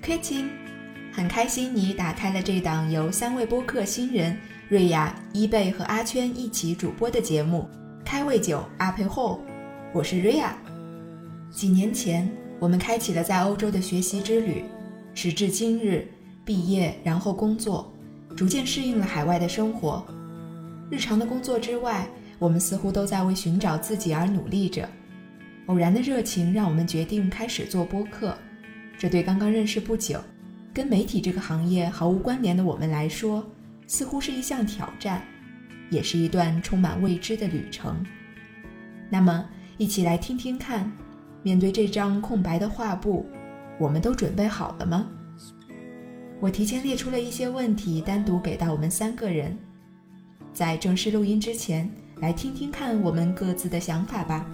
客卿，很开心你打开了这档由3位播客新人瑞亚、伊贝和阿圈一起主播的节目开胃酒阿佩后，我是瑞亚。几年前我们开启了在欧洲的学习之旅，时至今日，毕业然后工作，逐渐适应了海外的生活。日常的工作之外，我们似乎都在为寻找自己而努力着。偶然的热情让我们决定开始做播客，这对刚刚认识不久，跟媒体这个行业毫无关联的我们来说，似乎是一项挑战，也是一段充满未知的旅程。那么，一起来听听看，面对这张空白的画布，我们都准备好了吗？我提前列出了一些问题，单独给到我们3个人。在正式录音之前，来听听看我们各自的想法吧。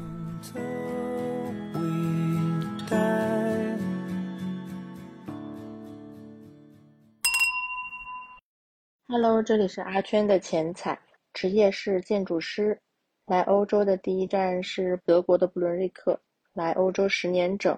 Hello， 这里是阿圈的钱彩，职业是建筑师。来欧洲的第一站是德国的布伦瑞克，来欧洲10年整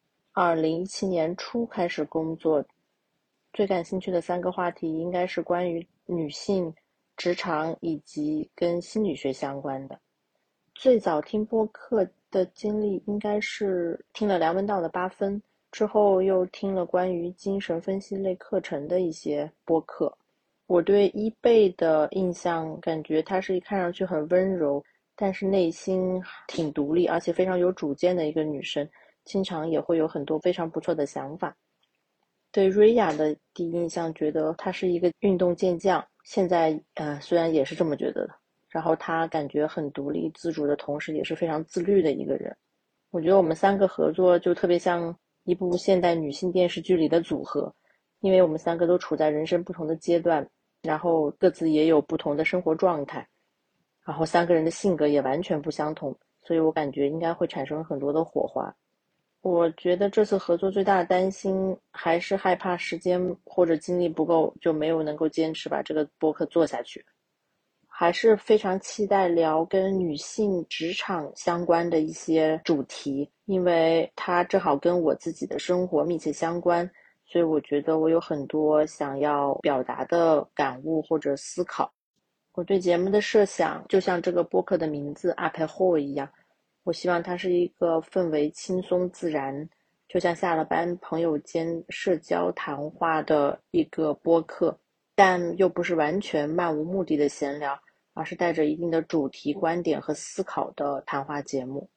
，2017年初开始工作。最感兴趣的3个话题应该是关于女性、职场以及跟心理学相关的。最早听播客的经历应该是听了梁文道的8分，之后又听了关于精神分析类课程的一些播客。我对伊贝的印象，感觉她是看上去很温柔，但是内心挺独立，而且非常有主见的一个女生，经常也会有很多非常不错的想法。对瑞亚的第一印象，觉得她是一个运动健将，现在虽然也是这么觉得的。然后她感觉很独立自主的同时，也是非常自律的一个人。我觉得我们3个合作就特别像一部现代女性电视剧里的组合，因为我们3个都处在人生不同的阶段，然后各自也有不同的生活状态，然后3个人的性格也完全不相同，所以我感觉应该会产生很多的火花。我觉得这次合作最大的担心还是害怕时间或者精力不够，就没有能够坚持把这个播客做下去。还是非常期待聊跟女性职场相关的一些主题，因为它正好跟我自己的生活密切相关，所以我觉得我有很多想要表达的感悟或者思考。我对节目的设想就像这个播客的名字阿佩后一样，我希望它是一个氛围轻松自然，就像下了班朋友间社交谈话的一个播客，但又不是完全漫无目的的闲聊，而是带着一定的主题、观点和思考的谈话节目。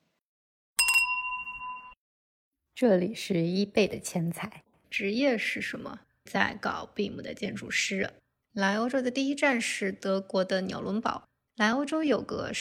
这里是伊贝的钱财，职业是什么？在搞 BIM 的建筑师。来欧洲的第一站是德国的纽伦堡，来欧洲有个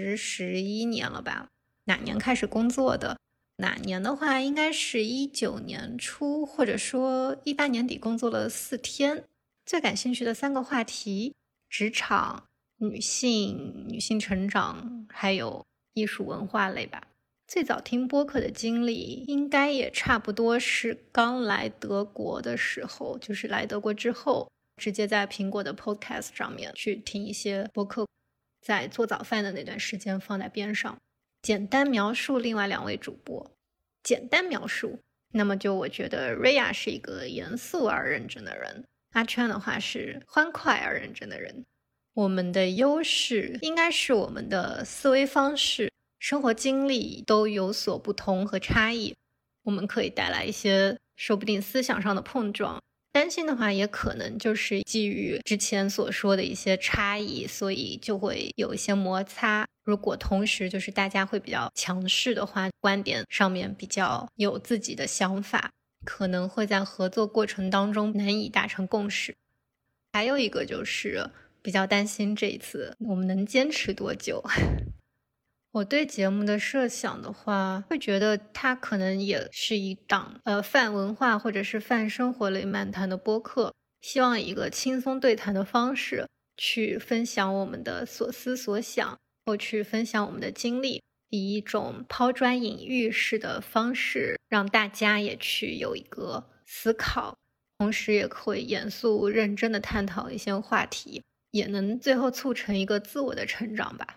11年了吧。哪年开始工作的？哪年的话应该是19年初，或者说18年底工作了4天。最感兴趣的3个话题：职场、女性成长，还有艺术文化类吧。最早听播客的经历应该也差不多是刚来德国的时候，就是来德国之后直接在苹果的 podcast 上面去听一些播客，在做早饭的那段时间放在边上。简单描述另外2位主播。简单描述，那么就我觉得 Rhea 是一个严肃而认真的人，阿圈的话是欢快而认真的人。我们的优势应该是我们的思维方式、生活经历都有所不同和差异，我们可以带来一些说不定思想上的碰撞。担心的话也可能就是基于之前所说的一些差异，所以就会有一些摩擦。如果同时就是大家会比较强势的话，观点上面比较有自己的想法，可能会在合作过程当中难以达成共识。还有一个就是比较担心这一次我们能坚持多久。我对节目的设想的话，会觉得它可能也是一档泛文化或者是泛生活类漫谈的播客，希望以一个轻松对谈的方式去分享我们的所思所想，或去分享我们的经历，以一种抛砖引玉式的方式让大家也去有一个思考，同时也会严肃认真的探讨一些话题，也能最后促成一个自我的成长吧。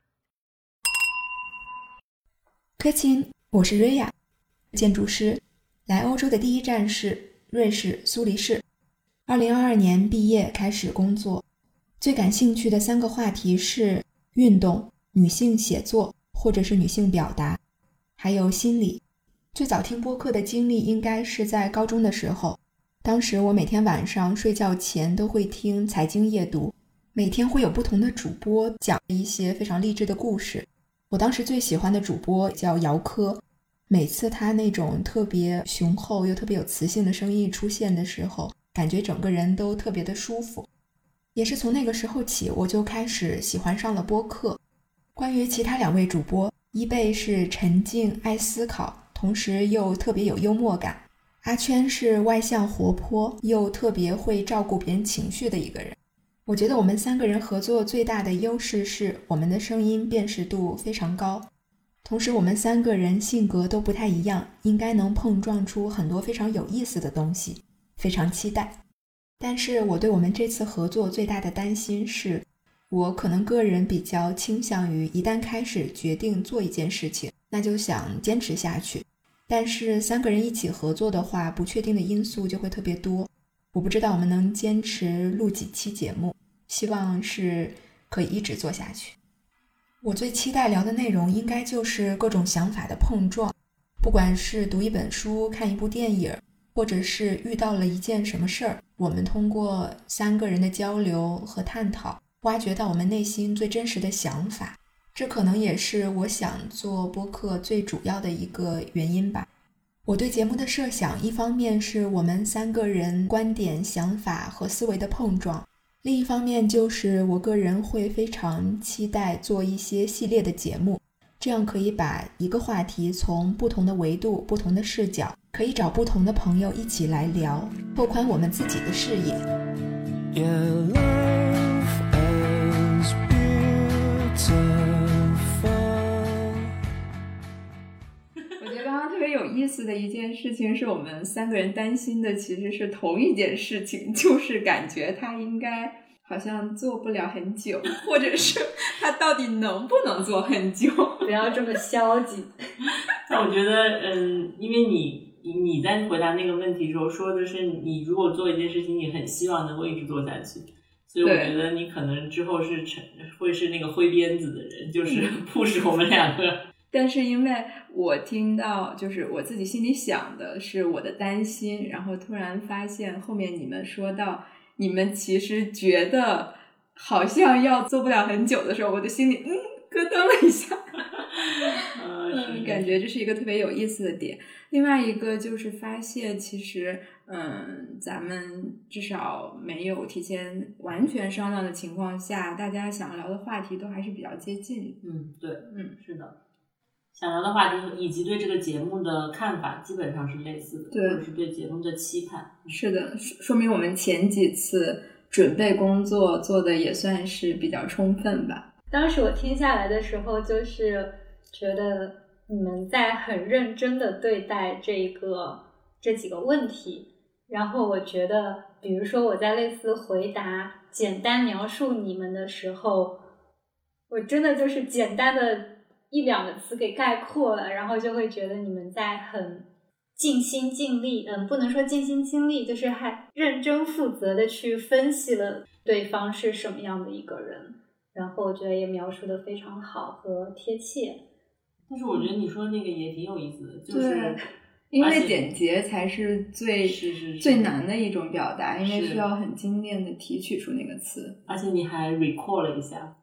客卿，我是瑞亚，建筑师。来欧洲的第一站是瑞士苏黎世。2022年毕业开始工作，最感兴趣的3个话题是运动、女性写作或者是女性表达，还有心理。最早听播客的经历应该是在高中的时候，当时我每天晚上睡觉前都会听财经夜读，每天会有不同的主播讲一些非常励志的故事。我当时最喜欢的主播叫姚科，每次他那种特别雄厚又特别有磁性的声音出现的时候，感觉整个人都特别的舒服。也是从那个时候起，我就开始喜欢上了播客。关于其他2位主播，一贝是沉静爱思考，同时又特别有幽默感，阿圈是外向活泼又特别会照顾别人情绪的一个人。我觉得我们3个人合作最大的优势是我们的声音辨识度非常高，同时我们3个人性格都不太一样，应该能碰撞出很多非常有意思的东西，非常期待。但是我对我们这次合作最大的担心是，我可能个人比较倾向于一旦开始决定做一件事情，那就想坚持下去。但是3个人一起合作的话，不确定的因素就会特别多。我不知道我们能坚持录几期节目，希望是可以一直做下去。我最期待聊的内容应该就是各种想法的碰撞，不管是读一本书、看一部电影，或者是遇到了一件什么事儿，我们通过3个人的交流和探讨，挖掘到我们内心最真实的想法。这可能也是我想做播客最主要的一个原因吧。我对节目的设想，一方面是我们3个人观点、想法和思维的碰撞，另一方面就是我个人会非常期待做一些系列的节目，这样可以把一个话题从不同的维度、不同的视角，可以找不同的朋友一起来聊，拓宽我们自己的视野。我觉得刚刚特别有意思的一件事情是，我们3个人担心的其实是同一件事情，就是感觉他应该好像做不了很久，或者是他到底能不能做很久。 不要这么消极。 但我觉得因为你在回答那个问题的时候说的是你如果做一件事情你很希望能够一直做下去，所以我觉得你可能之后会是那个挥鞭子的人，就是 push 我们2个。 但是因为我听到就是我自己心里想的是我的担心，然后突然发现后面你们说到你们其实觉得好像要做不了很久的时候，我的心里咯噔了一下。感觉这是一个特别有意思的点。另外一个就是发现其实咱们至少没有提前完全商量的情况下，大家想聊的话题都还是比较接近。 对，是的，想聊的话题以及对这个节目的看法基本上是类似的， 对， 或者是对节目的期盼。 是的，说明我们前几次准备工作做的也算是比较充分吧。 当时我听下来的时候，就是觉得你们在很认真的对待这几个问题，然后我觉得比如说我在类似回答简单描述你们的时候，我真的就是简单的1-2个词给概括了，然后就会觉得你们在很尽心尽力，不能说尽心尽力，就是还认真负责的去分析了对方是什么样的一个人，然后我觉得也描述的非常好和贴切。 但是我觉得你说那个也挺有意思的，就是因为简洁才是最难的一种表达，因为需要很精炼的提取出那个词。 而且你还 recall 了一下，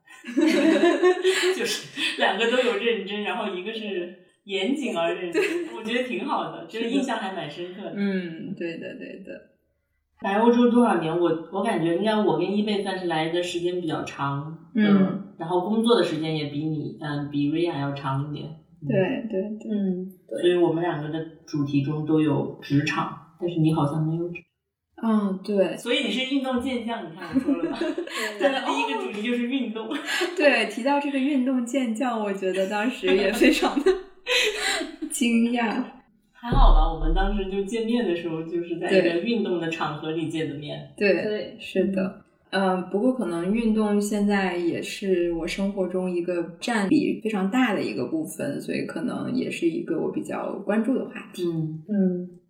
就是2个都有认真，然后一个是严谨而认真，我觉得挺好的，就是印象还蛮深刻的。 对的对的。 来欧洲多少年，我感觉应该我跟伊贝算是来的时间比较长，然后工作的时间也比你比 Ria 要长一点。 对， 所以我们2个的主题中都有职场，但是你好像没有职场。 对， 所以你是运动健将，你看我说了吧。对，第一个主题就是运动。 对，提到这个运动健将，我觉得当时也非常的惊讶。 还好吧，我们当时就见面的时候就是在一个运动的场合里见的面。 对，是的。不过可能运动现在也是我生活中一个占比非常大的一个部分，所以可能也是一个我比较关注的话题。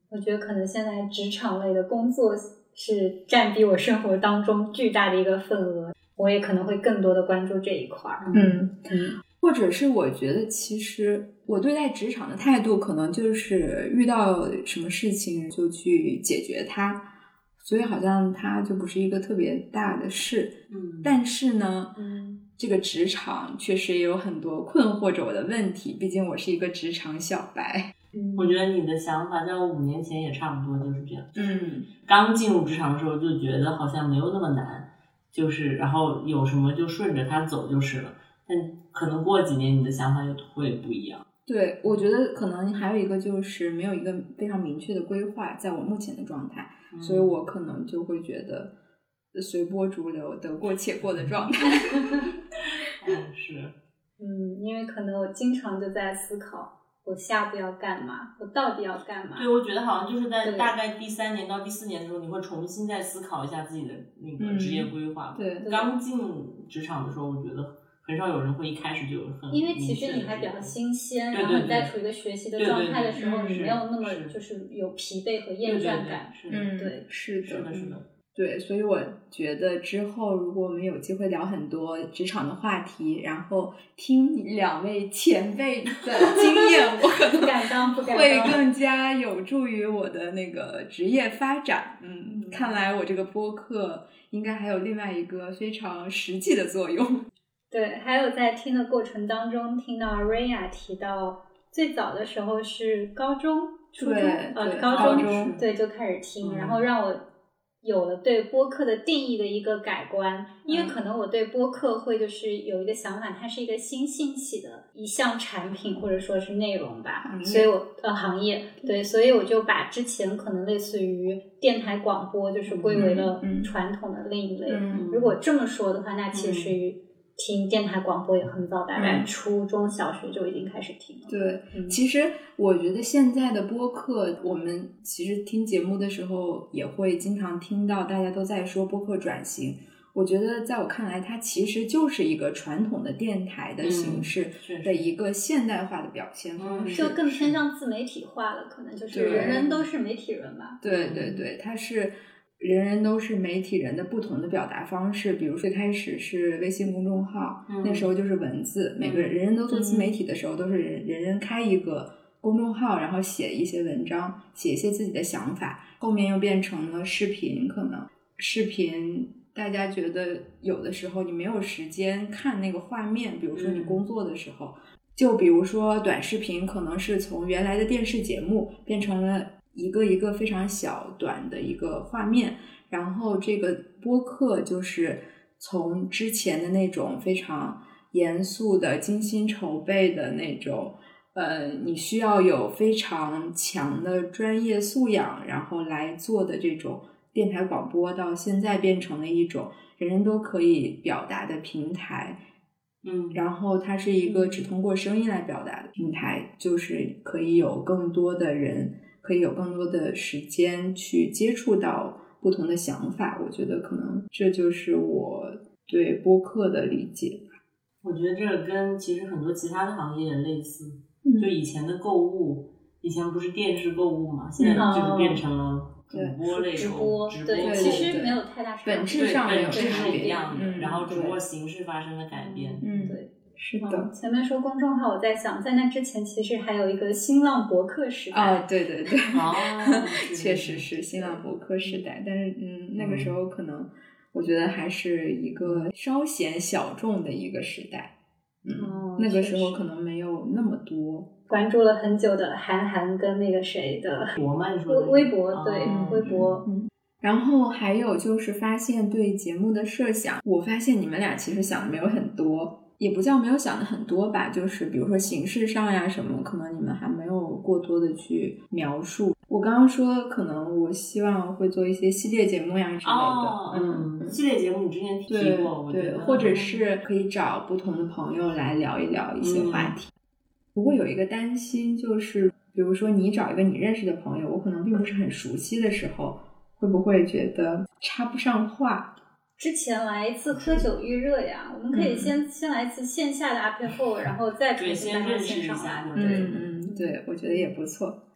我觉得可能现在职场类的工作是占比我生活当中巨大的一个份额，我也可能会更多的关注这一块。 或者是我觉得其实我对待职场的态度可能就是遇到什么事情就去解决它，所以好像它就不是一个特别大的事。但是呢，这个职场确实也有很多困惑着我的问题，毕竟我是一个职场小白。 我觉得你的想法在我5年前也差不多就是这样，就是刚进入职场的时候就觉得好像没有那么难，就是然后有什么就顺着它走就是了，但可能过几年你的想法就会不一样。 对，我觉得可能还有一个就是没有一个非常明确的规划，在我目前的状态，所以我可能就会觉得随波逐流，得过且过的状态。 是， 因为可能我经常就在思考我下步要干嘛，我到底要干嘛。 对，我觉得好像就是在大概第3年到第4年的时候，你会重新再思考一下自己的那个职业规划。 对， 刚进职场的时候，我觉得很少有人会一开始就有很因为其实你还比较新鲜，然后你在处于一个学习的状态的时候，你没有那么就是有疲惫和厌倦感。 对，是的， 是的。 对，所以我觉得之后如果我们有机会聊很多职场的话题，然后听2位前辈的经验，我可能会更加有助于我的那个职业发展。看来我这个播客应该还有另外一个非常实际的作用。 对，还有在听的过程当中听到 Rhea 提到最早的时候是高中初中高中对就开始听，然后让我有了对播客的定义的一个改观。因为可能我对播客会就是有一个想法，它是一个新兴起的一项产品或者说是内容吧，所以我行业对，所以我就把之前可能类似于电台广播就是归为了传统的另一类。如果这么说的话，那其实听电台广播也很早，大概初中小学就已经开始听了。 对，其实我觉得现在的播客，我们其实听节目的时候也会经常听到大家都在说播客转型。我觉得在我看来，它其实就是一个传统的电台的形式的一个现代化的表现方式， 就更偏向自媒体化了，可能就是人人都是媒体人吧。 对对对，它是人人都是媒体人的不同的表达方式。比如最开始是微信公众号，那时候就是文字，每个人人都做自媒体的时候都是人人开一个公众号，然后写一些文章，写一些自己的想法。后面又变成了视频，可能视频大家觉得有的时候你没有时间看那个画面，比如说你工作的时候，就比如说短视频可能是从原来的电视节目变成了一个一个非常小短的一个画面，然后这个播客就是从之前的那种非常严肃的精心筹备的那种你需要有非常强的专业素养然后来做的这种电台广播，到现在变成了一种人人都可以表达的平台。然后它是一个只通过声音来表达的平台，就是可以有更多的人，可以有更多的时间去接触到不同的想法。我觉得可能这就是我对播客的理解吧。 我觉得这个跟其实很多其他的行业也类似，就以前的购物，以前不是电视购物嘛，现在就是变成了主播类直播， 对， 其实没有太大差别， 本质上没有是一样的，然后只不过形式发生了改变。 对， 是的。 前面说公众号，我在想，在那之前其实还有一个新浪博客时代。 对对对，确实是新浪博客时代，但是那个时候可能我觉得还是一个稍显小众的一个时代。那个时候可能没有那么多。 关注了很久的韩跟那个谁的微博，对，微博。 然后还有就是发现对节目的设想，我发现你们俩其实想的没有很多，也不叫没有想的很多吧，就是比如说形式上呀什么，可能你们还没有过多的去描述。我刚刚说可能我希望会做一些系列节目呀之类的。 系列节目你之前提过，我觉得或者是可以找不同的朋友来聊一聊一些话题。不过有一个担心就是，比如说你找一个你认识的朋友，我可能并不是很熟悉的时候，会不会觉得插不上话？ 之前来一次喝酒预热呀，我们可以先来一次线下的 apéro，然后再重新大家线上来。 对，我觉得也不错。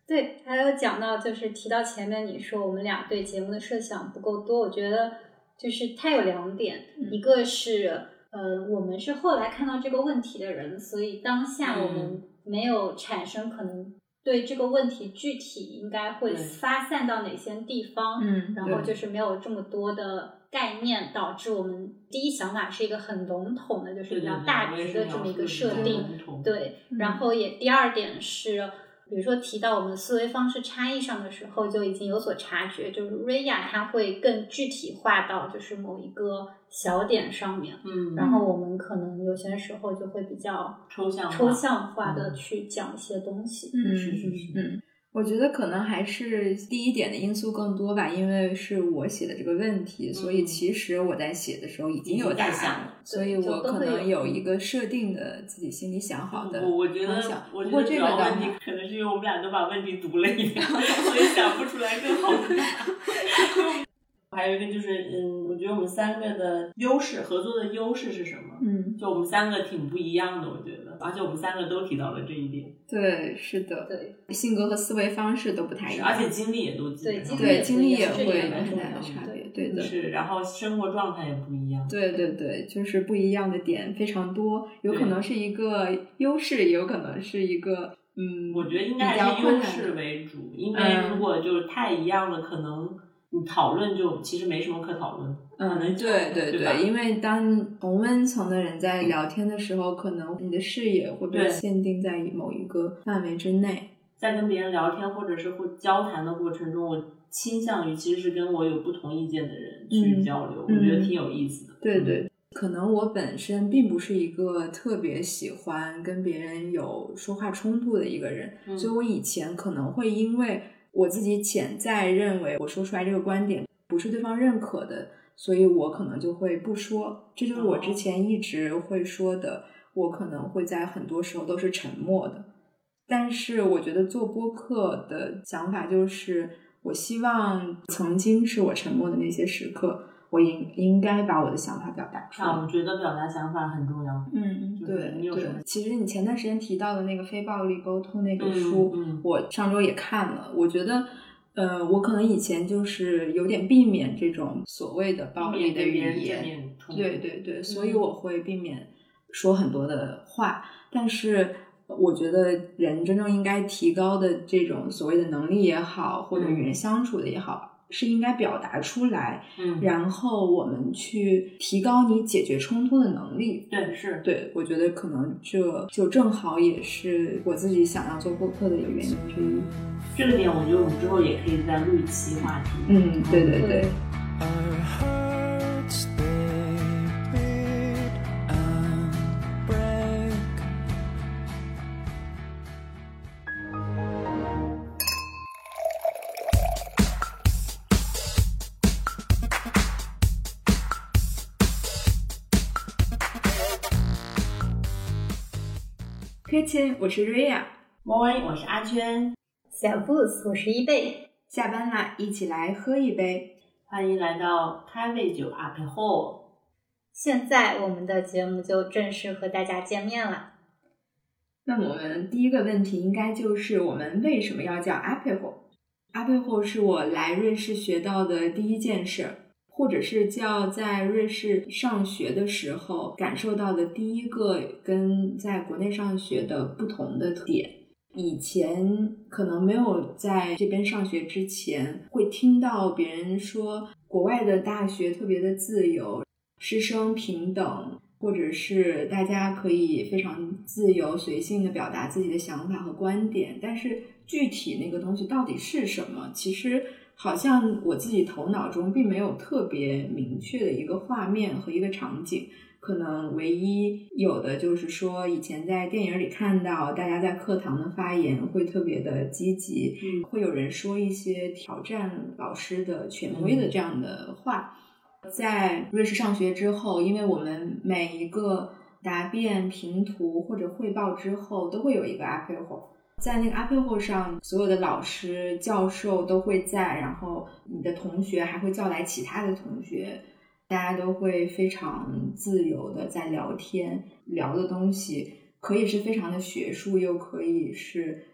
对，还有讲到就是提到前面你说我们俩对节目的设想不够多，我觉得就是它有2点，一个是我们是后来看到这个问题的人，所以当下我们没有产生可能对这个问题具体应该会发散到哪些地方，然后就是没有这么多的概念，导致我们第一想法是一个很笼统的，就是比较大局的这么一个设定。对，然后也第2点是比如说提到我们思维方式差异上的时候就已经有所察觉，就是 Rhea 她会更具体化到就是某一个小点上面，然后我们可能有些时候就会比较抽象化的去讲一些东西。 我觉得可能还是第1点的因素更多吧，因为是我写的这个问题，所以其实我在写的时候已经有答案了，所以我可能有一个设定的自己心里想好的我觉得不过这个问题可能是因为我们俩都把问题读了一遍，所以想不出来更好的答案。还有一个就是我觉得我们3个的优势，合作的优势是什么？就我们3个挺不一样的，我觉得，而且我们3个都提到了这一点。 对，是的， 对， 性格和思维方式都不太一样， 而且经历也都对，经历也会有很大的差别，对的， 是，然后生活状态也不一样， 对，就是不一样的点非常多，有可能是一个优势，也有可能是一个我觉得应该还是优势为主，因为如果就是太一样了，可能你讨论就其实没什么可讨论。 对，因为当同温层的人在聊天的时候，可能你的视野会被限定在某一个范围之内。 在跟别人聊天或者是会交谈的过程中，我倾向于其实是跟我有不同意见的人去交流，我觉得挺有意思的。 对，可能我本身并不是一个特别喜欢跟别人有说话冲突的一个人，所以我以前可能会因为我自己潜在认为我说出来这个观点不是对方认可的，所以我可能就会不说，这就是我之前一直会说的，我可能会在很多时候都是沉默的。但是我觉得做播客的想法就是我希望曾经是我沉默的那些时刻，我应该把我的想法表达出来。 我觉得表达想法很重要。 对，其实你前段时间提到的那个非暴力沟通那个书，我上周也看了，我觉得我可能以前就是有点避免这种所谓的暴力的语言，对，所以我会避免说很多的话，但是我觉得人真正应该提高的这种所谓的能力也好，或者与人相处的也好，是应该表达出来，然后我们去提高你解决冲突的能力。对，我觉得可能这就正好也是我自己想要做播客的一个原因之一。 这个点我觉得我们之后也可以再录一期话题。 对。贴亲，我是 Rhea。 莫恩，我是阿圈。 小 Boost， 我是一贝。 下班啦，一起来喝一杯。 欢迎来到开胃酒阿佩后。 现在我们的节目就正式和大家见面了。 那么我们第一个问题应该就是我们为什么要叫阿佩后？阿佩后是我来瑞士学到的第一件事，或者是叫在瑞士上学的时候感受到的第一个跟在国内上学的不同的点。以前可能没有在这边上学之前会听到别人说国外的大学特别的自由，师生平等，或者是大家可以非常自由随性的表达自己的想法和观点，但是具体那个东西到底是什么，其实好像我自己头脑中并没有特别明确的一个画面和一个场景，可能唯一有的就是说以前在电影里看到大家在课堂的发言会特别的积极，会有人说一些挑战老师的权威的这样的话。在瑞士上学之后，因为我们每一个答辩、评图或者汇报之后都会有一个 apéro， 在那个 apéro 上所有的老师教授都会在，然后你的同学还会叫来其他的同学，大家都会非常自由的在聊天，聊的东西可以是非常的学术，又可以是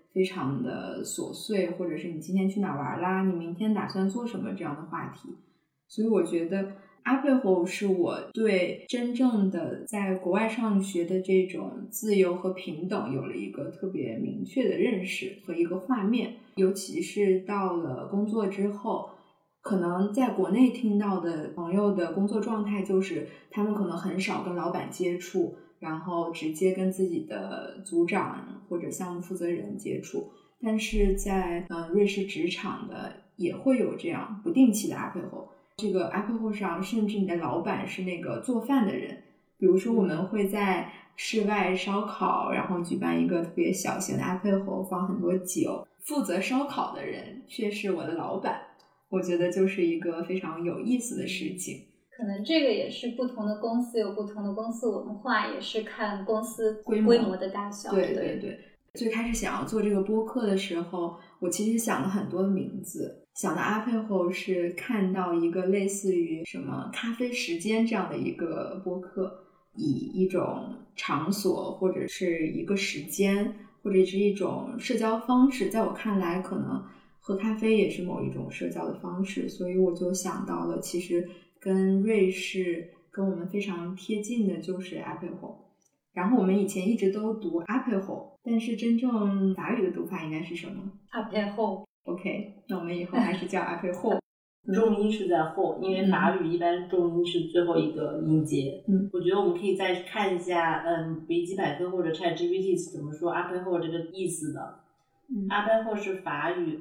非常的琐碎，或者是你今天去哪玩啦，你明天打算做什么这样的话题。所以我觉得阿佩后是我对真正的在国外上学的这种自由和平等有了一个特别明确的认识和一个画面。尤其是到了工作之后，可能在国内听到的朋友的工作状态就是他们可能很少跟老板接触，然后直接跟自己的组长或者项目负责人接触。但是在瑞士职场的也会有这样不定期的阿佩后，这个阿佩后上甚至你的老板是那个做饭的人，比如说我们会在室外烧烤，然后举办一个特别小型的阿佩后，放很多酒，负责烧烤的人却是我的老板，我觉得就是一个非常有意思的事情。 可能这个也是不同的公司有不同的公司文化，也是看公司规模的大小。 对对对。最开始想要做这个播客的时候，我其实想了很多的名字，想到阿佩后是看到一个类似于什么咖啡时间这样的一个播客，以一种场所或者是一个时间或者是一种社交方式，在我看来可能喝咖啡也是某一种社交的方式，所以我就想到了其实跟瑞士跟我们非常贴近的就是阿佩后。然后我们以前一直都读阿佩后，但是真正法语的读法应该是什么？ 阿佩后。 OK， 那我们以后还是叫阿佩后。 重音是在后，因为法语一般重音是最后一个音节。我觉得我们可以再看一下维基百科或者 ChatGPT 是怎么说阿佩后这个意思的。阿佩后是法语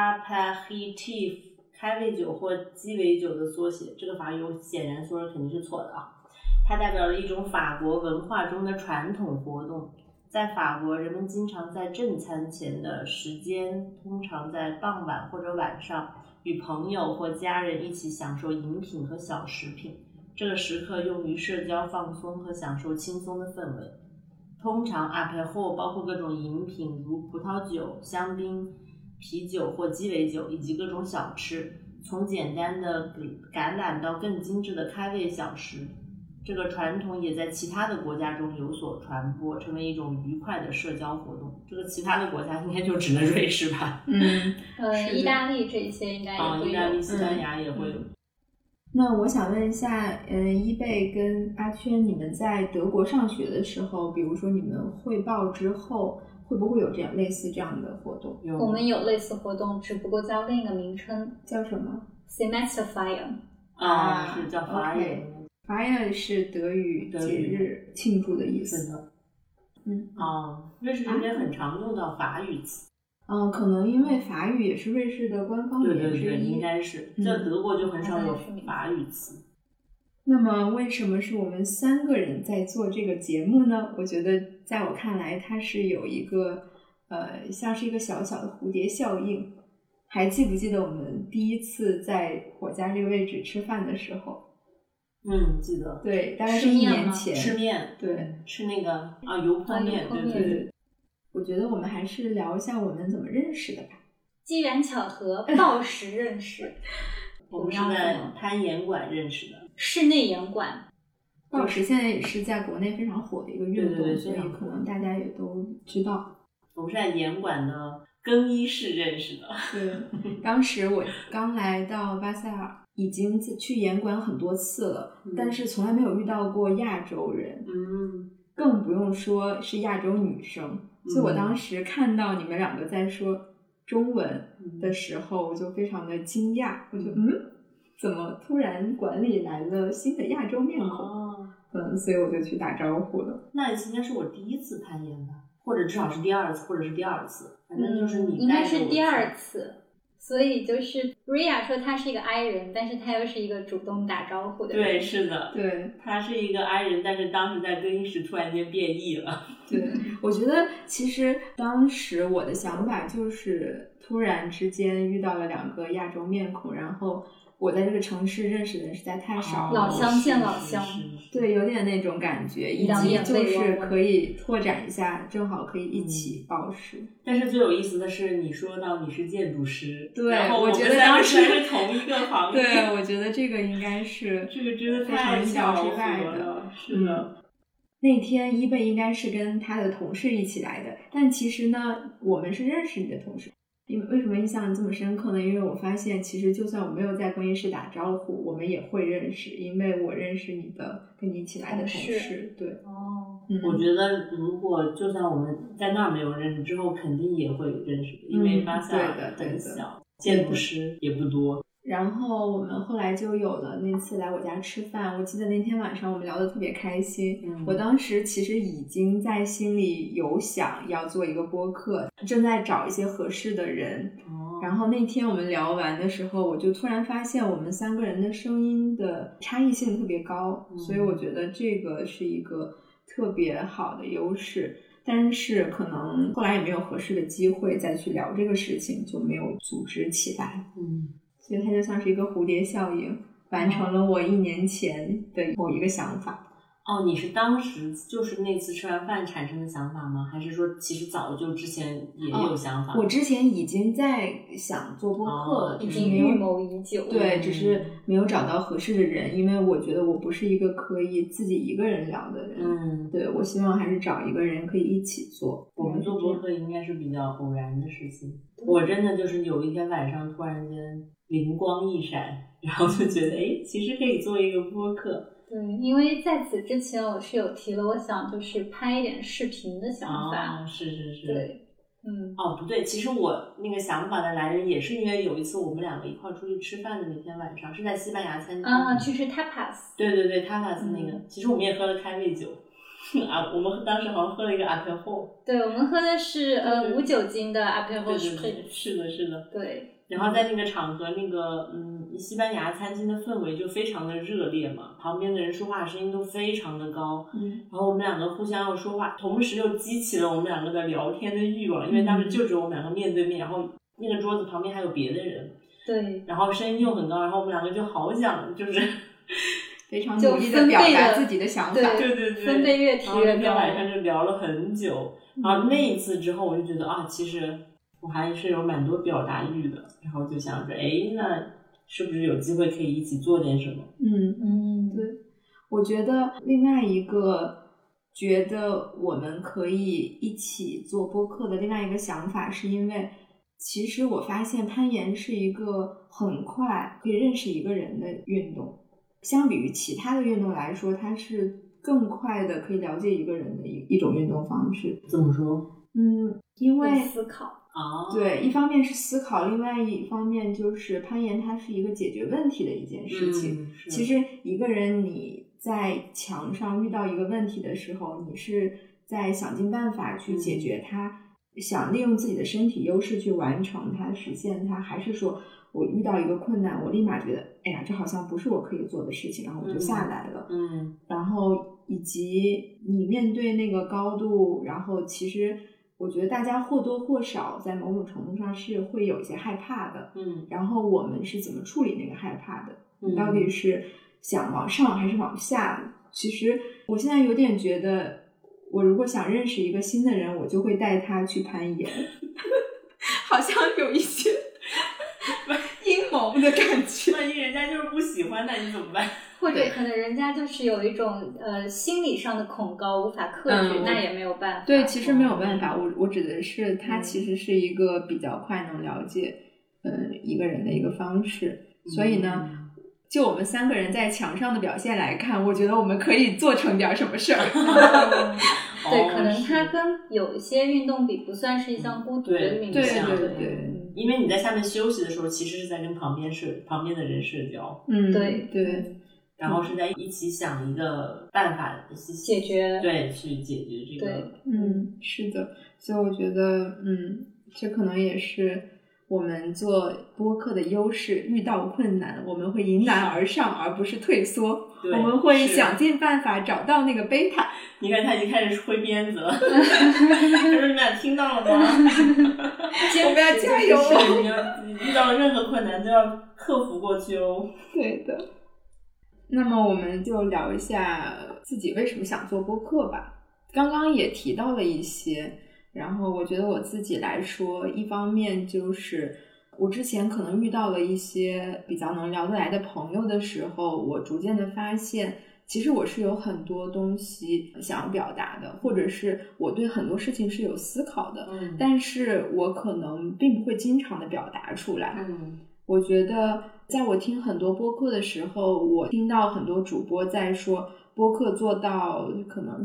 apéritif 开胃酒或鸡尾酒的缩写，这个法语我显然说的肯定是错的啊。它代表了一种法国文化中的传统活动，在法国人们经常在正餐前的时间，通常在傍晚或者晚上，与朋友或家人一起享受饮品和小食品，这个时刻用于社交放松和享受轻松的氛围。通常阿佩后包括各种饮品，如葡萄酒、香槟、啤酒或鸡尾酒，以及各种小吃，从简单的橄榄到更精致的开胃小食。这个传统也在其他的国家中有所传播，成为一种愉快的社交活动。这个其他的国家应该就只能瑞士吧？ 意大利这些应该也会有。 意大利、西班牙也会有。 那我想问一下，伊贝跟阿圈，你们在德国上学的时候，比如说你们汇报之后，会不会有这样类似这样的活动？ 我们有类似活动，只不过叫另一个名称， 叫什么 ？Semesterfeier。 是叫 Feier。Feier 是德语节日庆祝的意思。 瑞士这边很常用到法语词。 可能因为法语也是瑞士的官方语言之一。 对，应该是。在德国就很少有法语词。 那么为什么是我们3个人在做这个节目呢？我觉得在我看来它是有一个像是一个小小的蝴蝶效应。还记不记得我们第一次在我家这个位置吃饭的时候？ 记得。 对，大概是1年前。 吃面。 对， 吃那个油泼面。对。 我觉得我们还是聊一下我们怎么认识的吧。 机缘巧合，报时认识。 我们是在攀岩馆认识的。 室内岩馆。 报时现在也是在国内非常火的一个运动，所以可能大家也都知道。 我们是在岩馆的更衣室认识的。 对，当时我刚来到巴塞尔，已经去岩馆很多次了，但是从来没有遇到过亚洲人，更不用说是亚洲女生。所以我当时看到你们2个在说中文的时候，我就非常的惊讶，我就怎么突然馆里来了新的亚洲面孔？所以我就去打招呼了。 那应该是我第1次攀岩吧，或者至少是第2次，或者是第2次，反正就是你应该是第2次。所以就是 Ria 说他是一个 I 人，但是他又是一个主动打招呼的人。 对，是的， 对， 他是一个 I 人，但是当时在更衣室突然间变异了。 对，我觉得其实当时我的想法就是突然之间遇到了2个亚洲面孔，然后我在这个城市认识的人实在太少了， 老乡见老乡， 对，有点那种感觉，以及就是可以拓展一下，正好可以一起报时。 但是最有意思的是，你说到你是建筑师， 对， 然后我觉得当时是同一个行业， 对，我觉得这个应该是这个真的非常意料之外的，是的。 那天伊贝应该是跟他的同事一起来的，但其实呢，我们是认识你的同事。因为为什么印象这么深刻呢？因为我发现其实就算我没有在更衣室打招呼，我们也会认识，因为我认识你的跟你一起来的同事。对， 我觉得如果就算我们在那儿没有认识，之后肯定也会认识，因为巴萨很小，建筑师也不多。 然后我们后来就有了那次来我家吃饭，我记得那天晚上我们聊得特别开心。我当时其实已经在心里有想要做一个播客，正在找一些合适的人。然后那天我们聊完的时候，我就突然发现我们3个人的声音的差异性特别高，所以我觉得这个是一个特别好的优势。但是可能后来也没有合适的机会再去聊这个事情，就没有组织起来。所以它就像是一个蝴蝶效应，完成了我1年前的某一个想法。 你是当时就是那次吃完饭产生的想法吗？还是说其实早就之前也有想法？ 我之前已经在想做播客了， 已经预谋已久。 对，只是没有找到合适的人，因为我觉得我不是一个可以自己一个人聊的人。对，我希望还是找一个人可以一起做。 我们做播客应该是比较偶然的事情。我真的就是有一天晚上突然间灵光一闪，然后就觉得其实可以做一个播客。 对，因为在此之前我是有提了，我想就是拍一点视频的想法。 是。 对， 不对，其实我那个想法的来源也是因为有一次我们2个一块出去吃饭的那天晚上，是在西班牙餐厅就是 tapas。 对 tapas 那个，其实我们也喝了开胃酒。我们当时好像喝了一个 Aperol。 对，我们喝的是无酒精的 Aperol。 是的。 对。 然后在那个场合，那个西班牙餐厅的氛围就非常的热烈嘛，旁边的人说话的声音都非常的高。然后我们2个互相要说话，同时又激起了我们2个的聊天的欲望，因为当时就只有我们2个面对面，然后那个桌子旁边还有别的人。 对。 然后声音又很高，然后我们2个就好想就是非常努力的表达自己的想法。 对， 分贝越提越高。 那天晚上就聊了很久。然后那一次之后，我就觉得其实我还是有蛮多表达欲的，然后就想着那是不是有机会可以一起做点什么。 对，我觉得另外一个觉得我们可以一起做播客的另外一个想法，是因为其实我发现攀岩是一个很快可以认识一个人的运动，相比于其他的运动来说，它是更快的可以了解一个人的一种运动方式。 怎么说？ 因为思考。 对，一方面是思考，另外一方面就是攀岩它是一个解决问题的一件事情。其实一个人你在墙上遇到一个问题的时候，你是在想尽办法去解决它，想利用自己的身体优势去完成它，实现它，还是说我遇到一个困难，我立马觉得这好像不是我可以做的事情，然后我就下来了。然后以及你面对那个高度，然后其实我觉得大家或多或少在某种程度上是会有一些害怕的。然后我们是怎么处理那个害怕的？你到底是想往上还是往下？其实我现在有点觉得，我如果想认识一个新的人，我就会带他去攀岩。好像有一些阴谋的感觉。 万一人家就是不喜欢，那你怎么办？ 或者可能人家就是有一种心理上的恐高无法克制，那也没有办法。 对，其实没有办法。我指的是他其实是一个比较快能了解一个人的一个方式。所以呢，就我们3个人在墙上的表现来看，我觉得我们可以做成点什么事儿。 对，可能它跟有一些运动比，不算是一项孤独的运动。 对。 因为你在下面休息的时候，其实是在跟旁边的人社交。 对。 然后是在一起想一个办法解决， 对，去解决这个。 对， 是的。所以我觉得，这可能也是我们做播客的优势。遇到困难，我们会迎难而上，而不是退缩。我们会想尽办法找到那个贝塔。 你看他已经开始挥鞭子了。他说：“你俩听到了吗？ 我们要加油！ 你遇到了任何困难都要克服过去哦。” 对的。那么我们就聊一下自己为什么想做播客吧。刚刚也提到了一些，然后我觉得我自己来说，一方面就是我之前可能遇到了一些比较能聊得来的朋友的时候，我逐渐的发现其实我是有很多东西想要表达的，或者是我对很多事情是有思考的，但是我可能并不会经常的表达出来。我觉得在我听很多播客的时候，我听到很多主播在说播客做到可能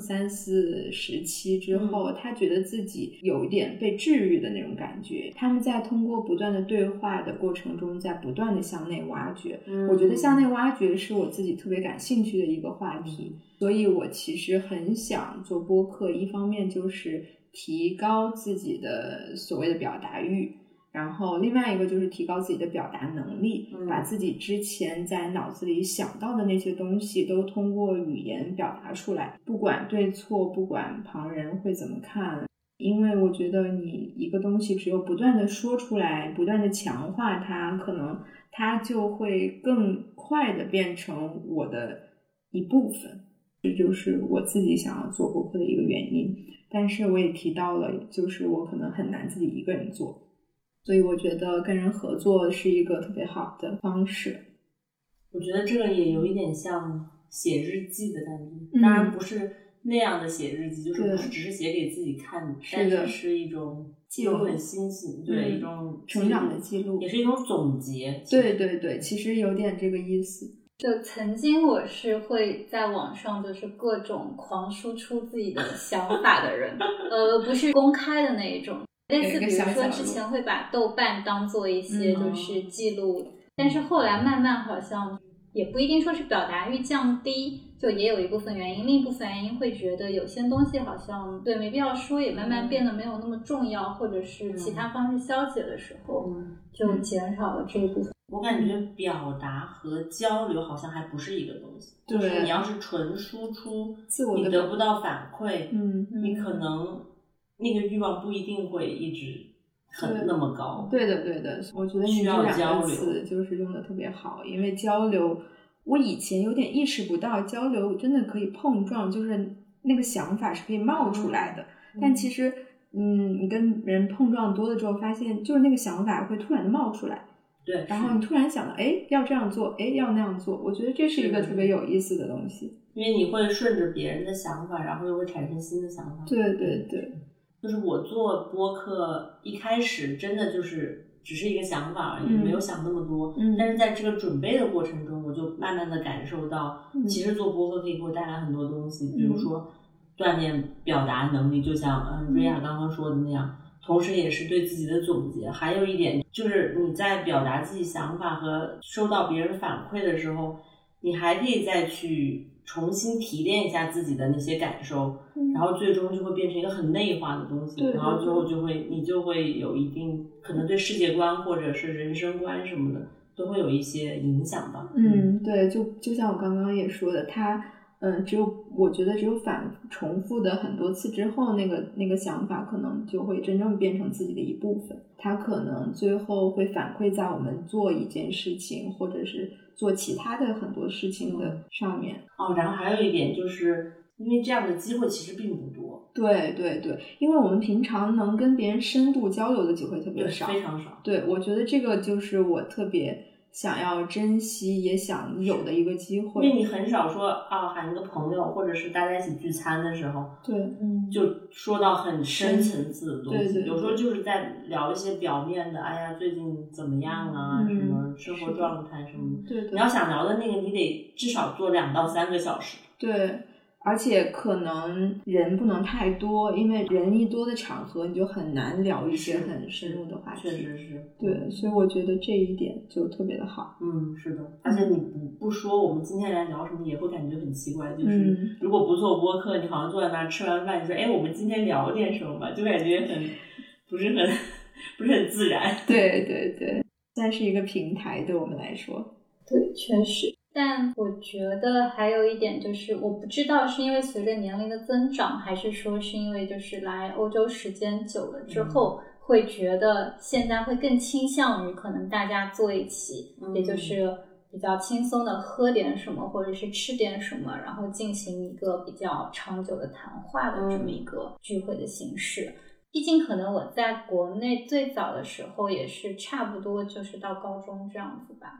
30-40期之后，他觉得自己有一点被治愈的那种感觉，他们在通过不断的对话的过程中在不断的向内挖掘。我觉得向内挖掘是我自己特别感兴趣的一个话题，所以我其实很想做播客，一方面就是提高自己的所谓的表达欲，然后另外一个就是提高自己的表达能力，把自己之前在脑子里想到的那些东西都通过语言表达出来，不管对错，不管旁人会怎么看。因为我觉得你一个东西只有不断的说出来，不断的强化它，可能它就会更快的变成我的一部分。这就是我自己想要做播客的一个原因。但是我也提到了，就是我可能很难自己一个人做，所以我觉得跟人合作是一个特别好的方式。 我觉得这个也有一点像写日记的感觉，当然不是那样的写日记，就是不是只是写给自己看的，但是是一种记录，很新奇，对，一种成长的记录， 也是一种总结。 对对对，其实有点这个意思。 就曾经我是会在网上就是各种狂输出自己的想法的人，不是公开的那一种，类似比如说之前会把豆瓣当做一些就是记录，但是后来慢慢好像也不一定说是表达欲降低，就也有一部分原因，另一部分原因会觉得有些东西好像对没必要说，也慢慢变得没有那么重要，或者是其他方式消解的时候，就减少了这一部分。 我感觉表达和交流好像还不是一个东西，就是你要是纯输出，你得不到反馈，你可能那个欲望不一定会一直很那么高。 对的对的，我觉得你这两个词就是用的特别好，因为交流，我以前有点意识不到交流真的可以碰撞，就是那个想法是可以冒出来的，但其实你跟人碰撞多了之后，发现就是那个想法会突然的冒出来。 对， 然后你突然想到，要这样做，要那样做，我觉得这是一个特别有意思的东西， 因为你会顺着别人的想法，然后又会产生新的想法。 对对对， 就是我做播客一开始真的就是只是一个想法而已，没有想那么多。但是在这个准备的过程中，我就慢慢的感受到，其实做播客可以给我带来很多东西，比如说锻炼表达能力，就像瑞亚刚刚说的那样。同时也是对自己的总结，还有一点就是你在表达自己想法和收到别人反馈的时候，你还可以再去重新提炼一下自己的那些感受，然后最终就会变成一个很内化的东西，然后最后你就会有一定可能对世界观或者是人生观什么的都会有一些影响吧。 对，就像我刚刚也说的，我觉得只有重复的很多次之后，那个想法可能就会真正变成自己的一部分，它可能最后会反馈在我们做一件事情或者是做其他的很多事情的上面。 然后还有一点就是因为这样的机会其实并不多。 对对对，因为我们平常能跟别人深度交流的机会特别少， 非常少。 对，我觉得这个就是我特别想要珍惜也想有的一个机会， 因为你很少说喊一个朋友或者是大家一起聚餐的时候， 对， 就说到很深层次的东西， 对， 有时候就是在聊一些表面的，最近怎么样啊，什么生活状态什么的， 对， 你要想聊的那个，你得至少做2到3个小时， 对。而且可能人不能太多，因为人一多的场合你就很难聊一些很深入的话题。 确实是。 对，所以我觉得这一点就特别的好。 是的。而且你不说我们今天来聊什么也会感觉很奇怪，就是如果不做播客，你好像坐在那儿吃完饭你说我们今天聊点什么吧，就感觉不是很自然。 对对对，算是一个平台对我们来说。 对，确实。但我觉得还有一点就是，我不知道是因为随着年龄的增长，还是说是因为就是来欧洲时间久了之后，会觉得现在会更倾向于可能大家坐一起，也就是比较轻松的喝点什么，或者是吃点什么，然后进行一个比较长久的谈话的这么一个聚会的形式。毕竟可能我在国内最早的时候也是差不多就是到高中这样子吧。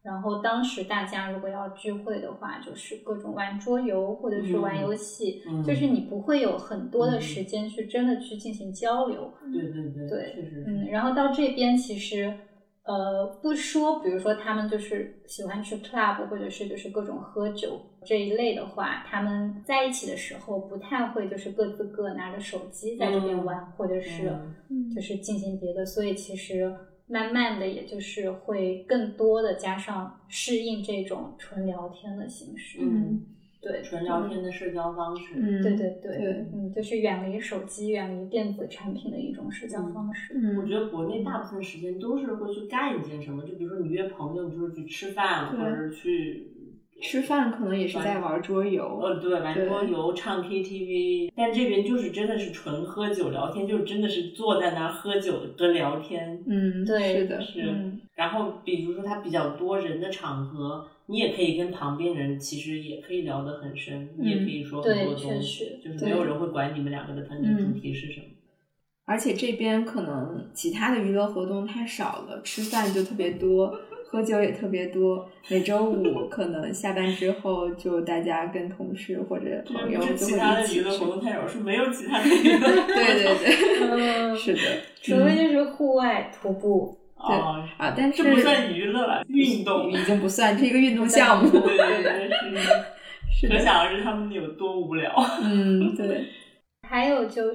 然后当时大家如果要聚会的话，就是各种玩桌游或者是玩游戏，就是你不会有很多的时间去真的去进行交流。 对，确实然后到这边其实不说比如说他们就是喜欢去 club 或者是就是各种喝酒这一类的话，他们在一起的时候不太会就是各自各拿着手机在这边玩，或者是就是进行别的，所以其实慢慢的也就是会更多的加上适应这种纯聊天的形式。对， 纯聊天的社交方式。 对，就是远离手机、远离电子产品的一种社交方式。 我觉得国内大部分时间都是会去干一件什么，就比如说你约朋友，你就是去吃饭，或者去吃饭可能也是在玩桌游。 对，玩桌游、唱 KTV， 但这边就是真的是纯喝酒聊天，就真的是坐在那儿喝酒跟聊天。 对， 是的， 然后比如说它比较多人的场合，你也可以跟旁边人其实也可以聊得很深，你也可以说很多东西，就是没有人会管你们两个的谈的主题是什么。 而且这边可能其他的娱乐活动太少了，吃饭就特别多，喝酒也特别多。每周五可能下班之后，就大家跟同事或者朋友就会一起吃。 其他的娱乐活动太少，是没有其他的娱乐。 对，是的。 除非就是户外徒步。 但是这不算娱乐了，运动已经不算，这是一个运动项目。 对，是可想而知他们有多无聊。 对。 还有就是，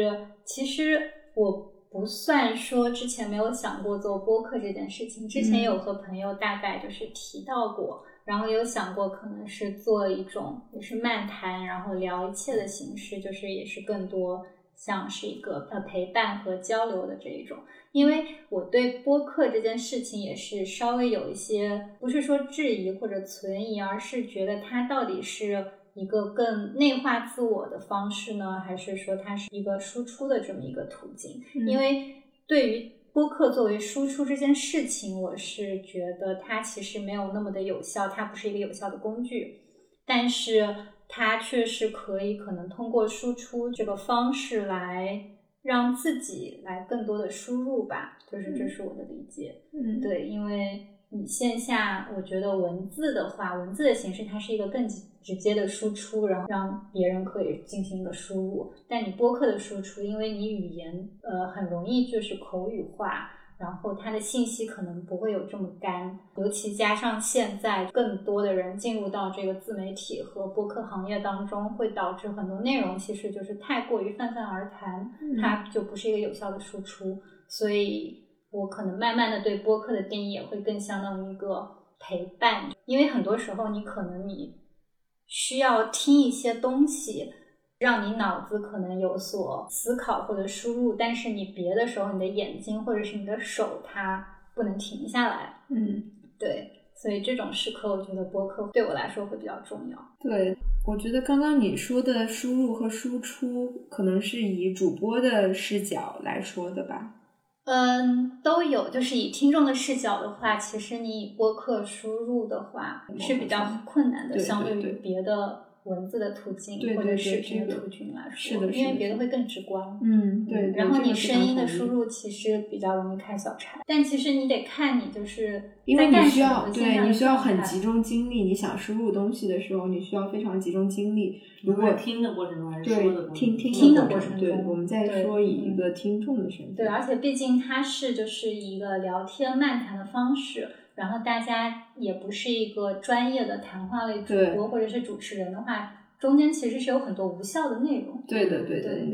其实我不算说之前没有想过做播客这件事情，之前有和朋友大概就是提到过，然后有想过可能是做一种也是漫谈，然后聊一切的形式，就是也是更多像是一个陪伴和交流的这一种。因为我对播客这件事情也是稍微有一些不是说质疑或者存疑，而是觉得它到底是一个更内化自我的方式呢，还是说它是一个输出的这么一个途径？因为对于播客作为输出这件事情，我是觉得它其实没有那么的有效，它不是一个有效的工具，但是它确实可能通过输出这个方式来让自己来更多的输入吧，就是这是我的理解。对，因为你线下我觉得文字的话，文字的形式它是一个更直接的输出，然后让别人可以进行一个输入，但你播客的输出，因为你语言很容易就是口语化，然后它的信息可能不会有这么干，尤其加上现在更多的人进入到这个自媒体和播客行业当中，会导致很多内容其实就是太过于泛泛而谈，它就不是一个有效的输出，所以我可能慢慢的对播客的定义也会更相当于一个陪伴，因为很多时候你可能你需要听一些东西让你脑子可能有所思考或者输入，但是你别的时候你的眼睛或者是你的手它不能停下来。对，所以这种时刻我觉得播客对我来说会比较重要。 对，我觉得刚刚你说的输入和输出可能是以主播的视角来说的吧。 都有，就是以听众的视角的话，其实你以播客输入的话是比较困难的，相对于别的文字的途径或者视频的途径来说，因为别的会更直观。 对。 然后你声音的输入其实比较容易开小差，但其实你得看你就是因为你需要你需要很集中精力，你想输入东西的时候，你需要非常集中精力。如果听的过程中还是说的过程中？ 听的过程中， 对，我们在说以一个听众的身份。 对，而且毕竟它是就是一个聊天漫谈的方式。然后大家也不是一个专业的谈话类主播或者是主持人的话，中间其实是有很多无效的内容。 对的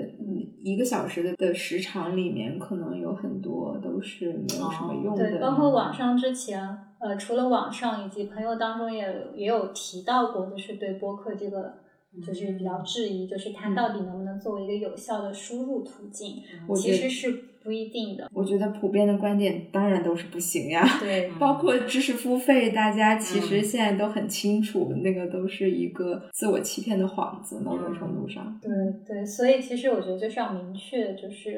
，1个小时的时长里面可能有很多都是没有什么用的。 对，包括网上之前除了网上以及朋友当中也有提到过，就是对播客这个就是比较质疑，就是它到底能不能作为一个有效的输入途径，其实是不一定的。 我觉得普遍的观点当然都是不行呀。 对， 包括知识付费，大家其实现在都很清楚，那个都是一个自我欺骗的幌子，某种程度上。 对，所以其实我觉得就是要明确，就是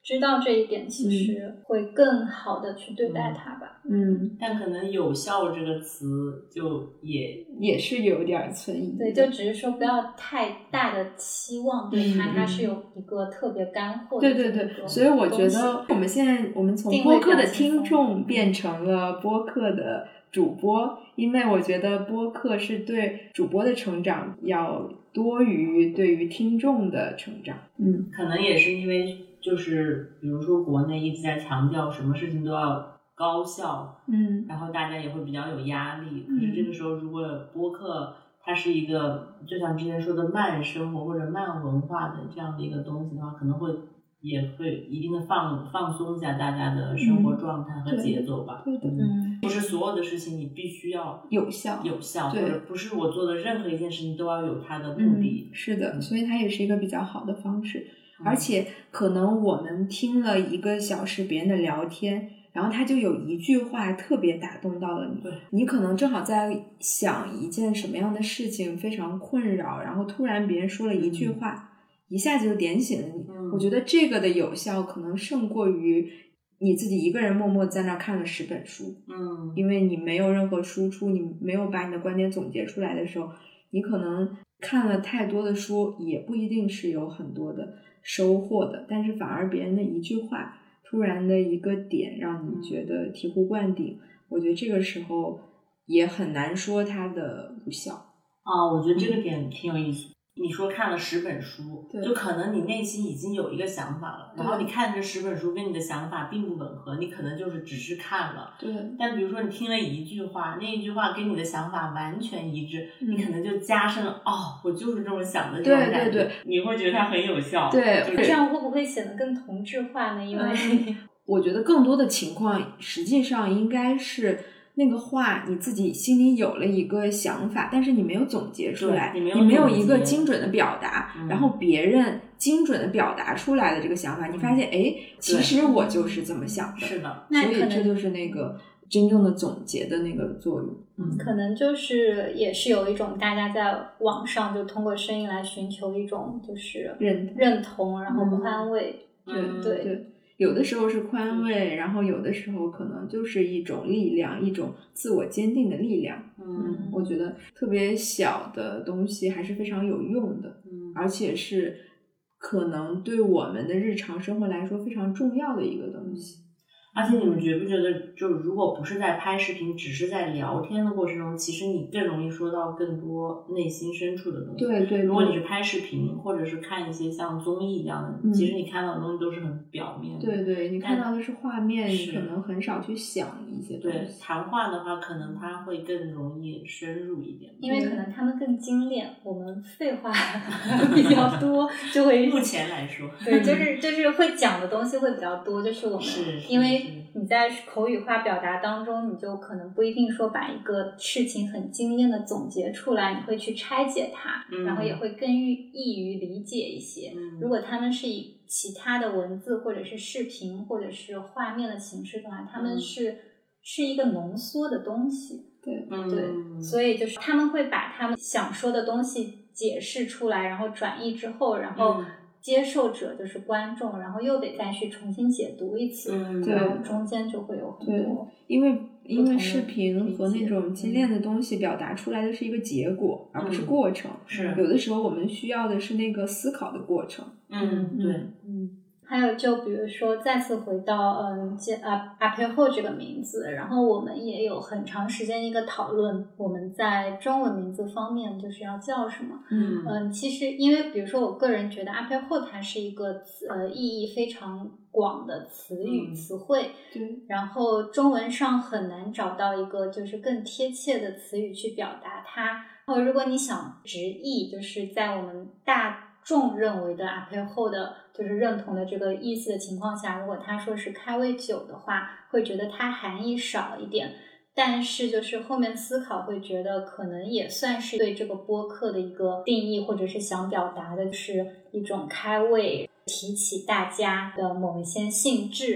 知道这一点，其实会更好的去对待它吧。 但可能有效这个词就也是有点存疑。 对，就只是说不要太大的期望对它，它是有一个特别干货的。 对，所以我觉得我们从播客的听众变成了播客的主播，因为我觉得播客是对主播的成长要多于对于听众的成长。 可能也是因为就是比如说国内一直在强调什么事情都要高效，然后大家也会比较有压力。可是这个时候如果播客它是一个就像之前说的慢生活或者慢文化的这样的一个东西的话，可能也会一定的放松一下大家的生活状态和节奏吧。不是所有的事情你必须要有效，或者不是我做的任何一件事情都要有它的目的。 是的，所以它也是一个比较好的方式。而且可能我们听了1个小时别人的聊天，然后他就有一句话特别打动到了你，你可能正好在想一件什么样的事情非常困扰，然后突然别人说了一句话，一下子就点醒了你。我觉得这个的有效可能胜过于你自己一个人默默在那看了10本书。因为你没有任何输出，你没有把你的观点总结出来的时候，你可能看了太多的书也不一定是有很多的收获的，但是反而别人的一句话突然的一个点让你觉得醍醐灌顶，我觉得这个时候也很难说它的无效。 我觉得这个点挺有意思。你说看了10本书，就可能你内心已经有一个想法了，然后你看这10本书跟你的想法并不吻合，你可能就是只是看了。但比如说你听了一句话，那一句话跟你的想法完全一致，你可能就加深了我就是这么想的这种感觉。你会觉得它很有效。 这样会不会显得更同质化呢？因为我觉得更多的情况实际上应该是那个话你自己心里有了一个想法，但是你没有总结出来，你没有一个精准的表达，然后别人精准的表达出来的这个想法，你发现其实我就是这么想的。 是的， 所以这就是那个真正的总结的那个作用。 可能就是也是有一种大家在网上就通过声音来寻求一种就是认同，然后宽慰。对， 有的时候是宽慰，然后有的时候可能就是一种力量，一种自我坚定的力量。我觉得特别小的东西还是非常有用的，而且是可能对我们的日常生活来说非常重要的一个东西。 而且你们觉不觉得就如果不是在拍视频，只是在聊天的过程中，其实你更容易说到更多内心深处的东西。 对， 如果你是拍视频或者是看一些像综艺一样的，其实你看到的东西都是很表面的。 对，你看到的是画面，你可能很少去想一些东西。 对，谈话的话可能它会更容易深入一点， 因为可能他们更精炼，我们废话比较多，就会目前来说对，就是会讲的东西会比较多，就是我们因为你在口语化表达当中，你就可能不一定说把一个事情很精炼的总结出来，你会去拆解它，然后也会更易于理解一些。如果他们是以其他的文字或者是视频或者是画面的形式的话，他们是一个浓缩的东西。对，所以就是他们会把他们想说的东西解释出来，然后转译之后，然后接受者就是观众，然后又得再去重新解读一次，然后中间就会有很多。 因为视频和那种精炼的东西表达出来的是一个结果，而不是过程。有的时候我们需要的是那个思考的过程。 还有就比如说再次回到阿佩后这个名字，然后我们也有很长时间一个讨论，我们在中文名字方面就是要叫什么。其实因为比如说我个人觉得阿佩后它是一个意义非常广的词语词汇，然后中文上很难找到一个就是更贴切的词语去表达它。然后如果你想直译，就是在我们大众认为的阿佩后的就是认同的这个意思的情况下，如果他说是开胃酒的话，会觉得它含义少一点，但是就是后面思考会觉得可能也算是对这个播客的一个定义，或者是想表达的是一种开胃，提起大家的某一些兴致，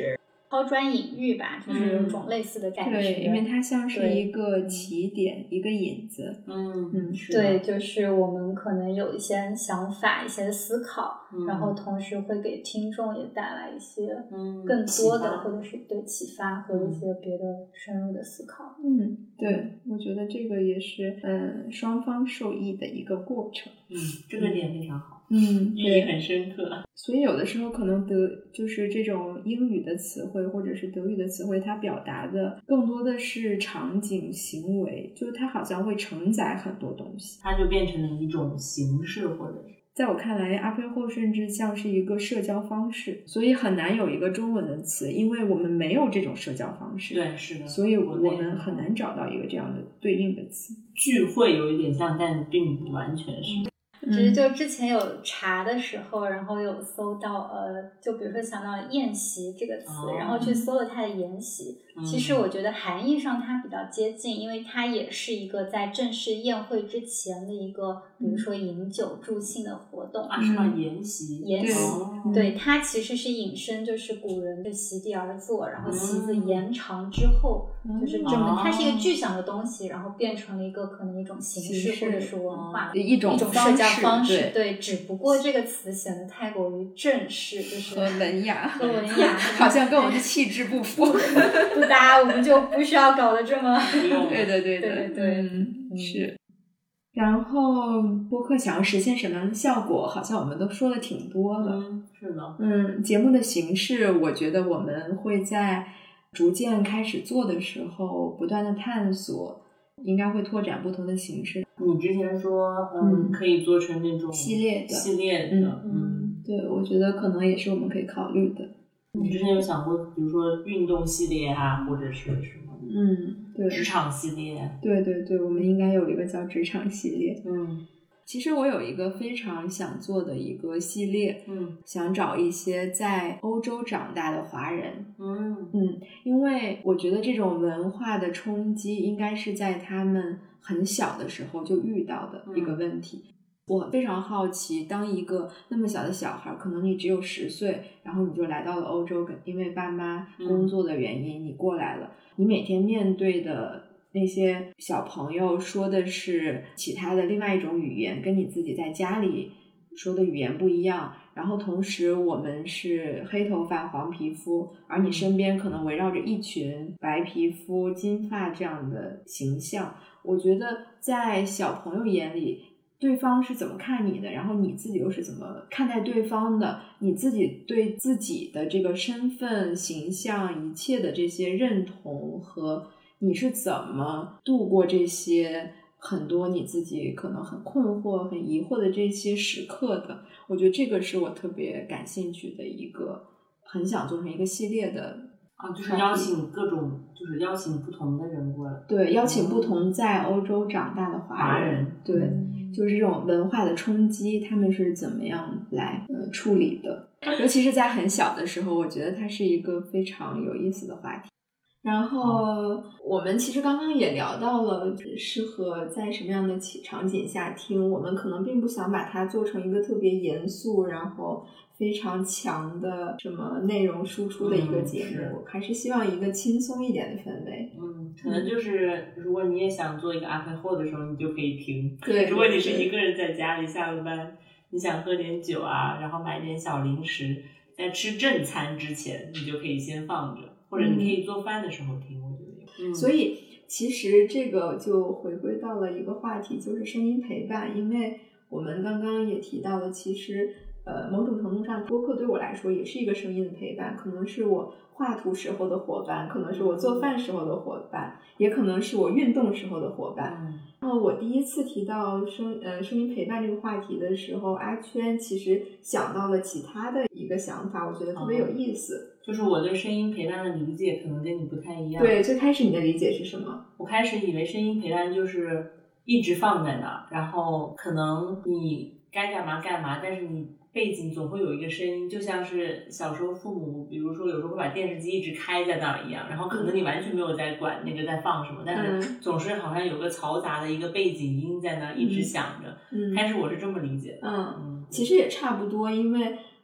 抛砖引玉吧，就是有种类似的感觉。 对，因为它像是一个起点，一个引子。 对，就是我们可能有一些想法、一些思考，然后同时会给听众也带来一些更多的，或者是对启发和一些别的深入的思考。 对，我觉得这个也是双方受益的一个过程。 这个点非常好。 寓意很深刻。 所以有的时候可能就是这种英语的词汇或者是德语的词汇，它表达的更多的是场景行为，就是它好像会承载很多东西， 它就变成了一种形式，或者是在我看来阿佩后甚至像是一个社交方式，所以很难有一个中文的词，因为我们没有这种社交方式。 对，是的， 所以我们很难找到一个这样的对应的词。 聚会有一点像，但并不完全是。 其实就之前有查的时候，然后有搜到就比如说想到宴席这个词，然后去搜了它的沿袭。其实我觉得含义上它比较接近，因为它也是一个在正式宴会之前的一个，比如说饮酒助兴的活动是吗？沿袭， 对，它其实是引申，就是古人的席地而坐，然后席子延长之后，就是这么，它是一个具象的东西，然后变成了一个可能一种形式或者是文化一种社交方式。对，只不过这个词显得太过于正式，就是和文雅， 好像跟我们的气质不符。 不搭，我们就不需要搞得这么对，是。然后播客想要实现什么样的效果，好像我们都说的挺多了。 是的。 节目的形式，我觉得我们会在逐渐开始做的时候不断的探索，应该会拓展不同的形式。 你之前说可以做成那种系列的。对，我觉得可能也是我们可以考虑的。 你之前有想过比如说运动系列啊，或者是什么对， 职场系列。 对，我们应该有一个叫职场系列。其实我有一个非常想做的一个系列，想找一些在欧洲长大的华人。因为我觉得这种文化的冲击应该是在他们很小的时候就遇到的一个问题。我非常好奇，当一个那么小的小孩，可能你只有10岁，然后你就来到了欧洲，因为爸妈工作的原因你过来了，你每天面对的那些小朋友说的是其他的另外一种语言，跟你自己在家里说的语言不一样，然后同时我们是黑头发黄皮肤，而你身边可能围绕着一群白皮肤金发这样的形象。我觉得在小朋友眼里，对方是怎么看你的，然后你自己又是怎么看待对方的，你自己对自己的这个身份形象一切的这些认同，和你是怎么度过这些很多你自己可能很困惑很疑惑的这些时刻的。我觉得这个是我特别感兴趣的一个，很想做成一个系列的就是邀请各种，就是邀请不同的人过来。 对，邀请不同在欧洲长大的华人。对，就是这种文化的冲击，他们是怎么样来处理的。尤其是在很小的时候，我觉得它是一个非常有意思的话题。然后我们其实刚刚也聊到了适合在什么样的场景下听，我们可能并不想把它做成一个特别严肃然后非常强的什么内容输出的一个节目，还是希望一个轻松一点的氛围。 可能就是如果你也想做一个阿佩后的时候，你就可以听。 对， 如果你是一个人在家里下了班，你想喝点酒啊，然后买点小零食，在吃正餐之前，你就可以先放着，或者你可以做饭的时候听。我觉得所以其实这个就回归到了一个话题，就是声音陪伴。因为我们刚刚也提到了，其实某种程度上播客对我来说也是一个声音的陪伴，可能是我画图时候的伙伴，可能是我做饭时候的伙伴，也可能是我运动时候的伙伴。然后我第一次提到声音陪伴这个话题的时候，阿圈其实想到了其他的一个想法，我觉得特别有意思。 就是我对声音陪伴的理解可能跟你不太一样。 对，最开始你的理解是什么？ 我开始以为声音陪伴就是一直放在那儿，然后可能你该干嘛干嘛，但是你背景总会有一个声音，就像是小时候父母比如说有时候会把电视机一直开在那儿一样，然后可能你完全没有在管那个在放什么，但是总是好像有个嘈杂的一个背景音在那儿一直响着。开始我是这么理解的。 其实也差不多，因为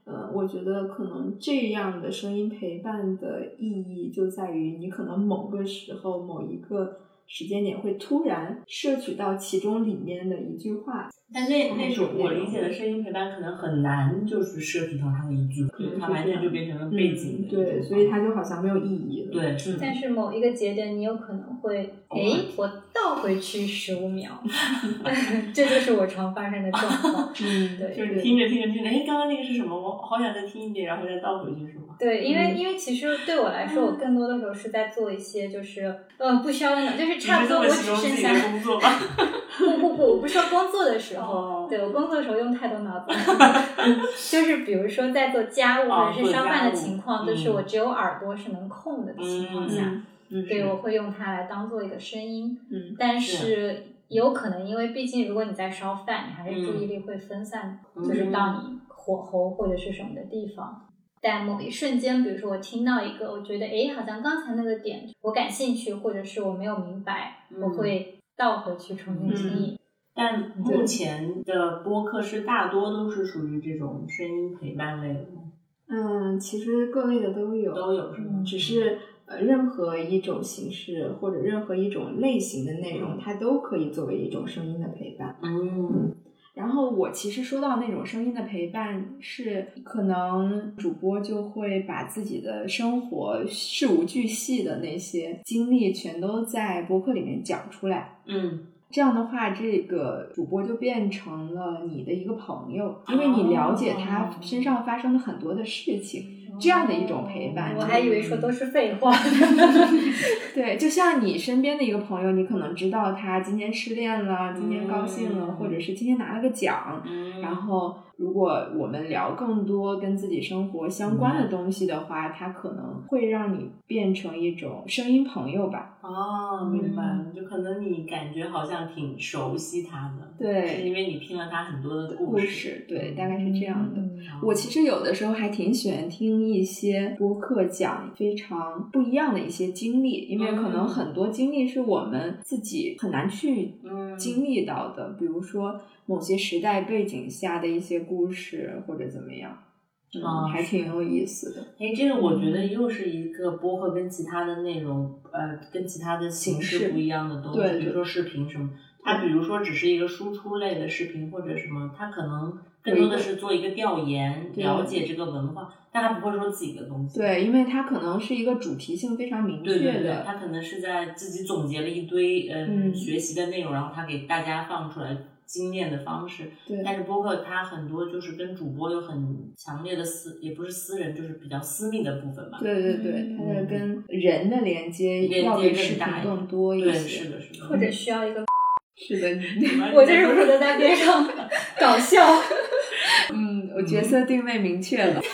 我觉得可能这样的声音陪伴的意义就在于你可能某个时候某一个时间点会突然摄取到其中里面的一句话。 但那种我理解的声音陪伴可能很难就是摄取到它的一句话，它完全就变成了背景的对，所以它就好像没有意义了。 对， 但是某一个节点你有可能会我倒回去15秒这就是我常发生的状况。对， 就是听着刚刚那个是什么，我好想再听一遍，然后再倒回去是吗？ 对，因为其实对我来说我更多的时候是在做一些就是不需要的，就是差不多我只剩下工作吗？ 不，我不是说工作的时候，对，我工作的时候用太多脑子就是比如说在做家务或者是烧饭的情况，就是我只有耳朵是能控的情况下，对，我会用它来当做一个声音。但是有可能因为毕竟如果你在烧饭，你还是注意力会分散，就是到你火候或者是什么的地方。但某一瞬间，比如说我听到一个我觉得好像刚才那个点我感兴趣，或者是我没有明白，我会倒回去重新听一遍。 但目前的播客是大多都是属于这种声音陪伴类的吗？ 其实各类的都有是吗？ 只是任何一种形式或者任何一种类型的内容，它都可以作为一种声音的陪伴。然后我其实说到那种声音的陪伴，是可能主播就会把自己的生活事无巨细的那些经历全都在播客里面讲出来。这样的话，这个主播就变成了你的一个朋友，因为你了解他身上发生了很多的事情，这样的一种陪伴。 我还以为说都是废话对，就像你身边的一个朋友，你可能知道他今天失恋了，今天高兴了，或者是今天拿了个奖，然后如果我们聊更多跟自己生活相关的东西的话，它可能会让你变成一种声音朋友吧。 明白了，就可能你感觉好像挺熟悉他的， 对， 是因为你听了他很多的故事，对，大概是这样的。我其实有的时候还挺喜欢听一些播客讲非常不一样的一些经历，因为可能很多经历是我们自己很难去经历到的，比如说某些时代背景下的一些故事或者怎么样。还挺有意思的。 这个我觉得又是一个播客跟其他的内容跟其他的形式不一样的东西。 对， 比如说视频什么，它比如说只是一个输出类的视频或者什么，它可能更多的是做一个调研，了解这个文化，但它不会说自己的东西。 对，因为它可能是一个主题性非常明确的。 对，它可能是在自己总结了一堆学习的内容，然后它给大家放出来精炼的方式。 对， 但是播客它很多就是跟主播有很强烈的也不是私人，就是比较私密的部分吧。 对，它的跟人的连接要比视频更多一些。 对，是的。 或者需要一个是的， 我就是负责在边上搞笑。 我角色定位明确了。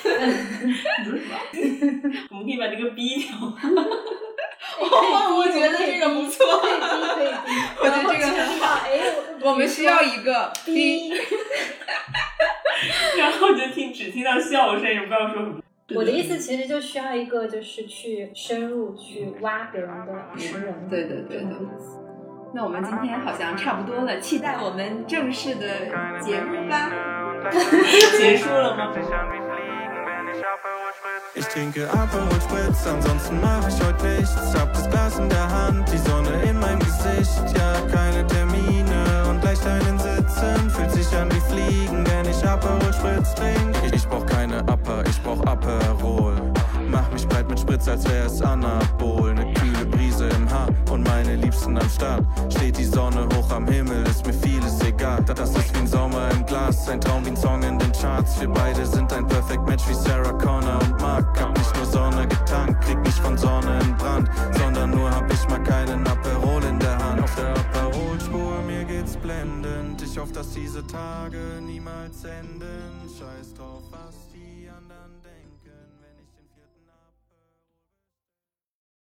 我们可以把这个逼掉。 我觉得这个不错。 可以逼。 我觉得这个很好。我们需要一个逼。 然后就只听到笑声，也不知道说什么。 我的意思其实就需要一个就是去深入去挖别人的识人。 对的。那我们今天好像差不多了，期待我们正式的节目吧。 结束了吗 ？Ich trinke Aperol Spritz, ansonsten mach ich heute nichts. Hab das Glas in der Hand, die Sonne in meinem Gesicht. Ja, keine Termine und leicht einen Sitzen. Fühlt sich an wie Fliegen, wenn ich Aperol Spritz trink. Ich brauch keine Aper, ich brauch Aperol. Mach mich breit mit Spritz, als wär es Anabol. Ne kühle Brise im Haar und meine Liebsten am Start. Steht die Sonne hoch am Himmel, ist mir vieles egal. Das ist wie ein Sommer im Glas, ein Traum wie ein Song in den Charts. Wir beide sind ein Perfect Match wie Sarah Connor und Mark. Hab nicht nur Sonne getankt, krieg nicht von Sonne in Brand, sondern nur hab ich mal keinen Aperol in der Hand. Auf der Aperol-Spur, mir geht's blendend. Ich hoffe, dass diese Tage niemals enden. Scheiß drauf, was